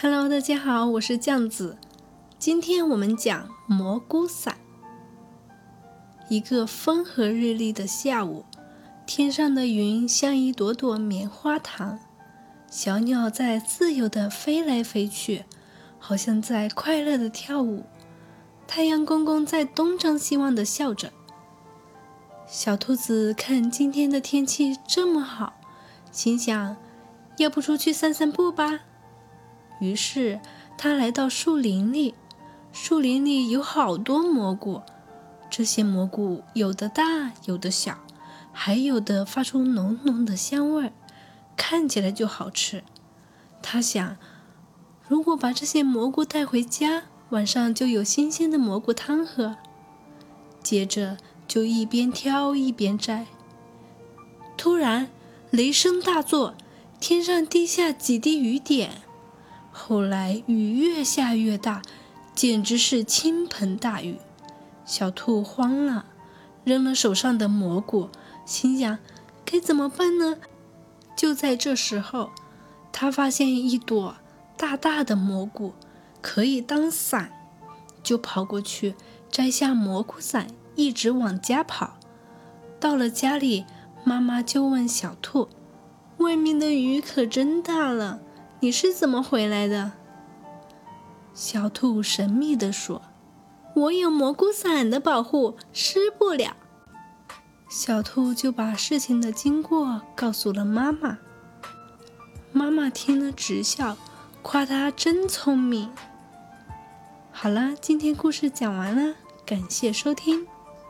Hello， 大家好，我是酱子。今天我们讲蘑菇伞。一个风和日丽的下午，天上的云像一朵朵棉花糖，小鸟在自由地飞来飞去，好像在快乐地跳舞。太阳公公在东张西望地笑着。小兔子看今天的天气这么好，心想，要不出去散散步吧。于是他来到树林里，树林里有好多蘑菇，这些蘑菇有的大，有的小，还有的发出浓浓的香味，看起来就好吃。他想，如果把这些蘑菇带回家，晚上就有新鲜的蘑菇汤喝。接着就一边挑一边摘。突然雷声大作，天上滴下几滴雨点。后来雨越下越大，简直是倾盆大雨。小兔慌了，扔了手上的蘑菇，心想该怎么办呢？就在这时候，他发现一朵大大的蘑菇可以当伞，就跑过去摘下蘑菇伞，一直往家跑。到了家里，妈妈就问小兔，外面的雨可真大了，你是怎么回来的？小兔神秘地说，我有蘑菇伞的保护，湿不了。小兔就把事情的经过告诉了妈妈。妈妈听了直笑，夸她真聪明。好了，今天故事讲完了，感谢收听。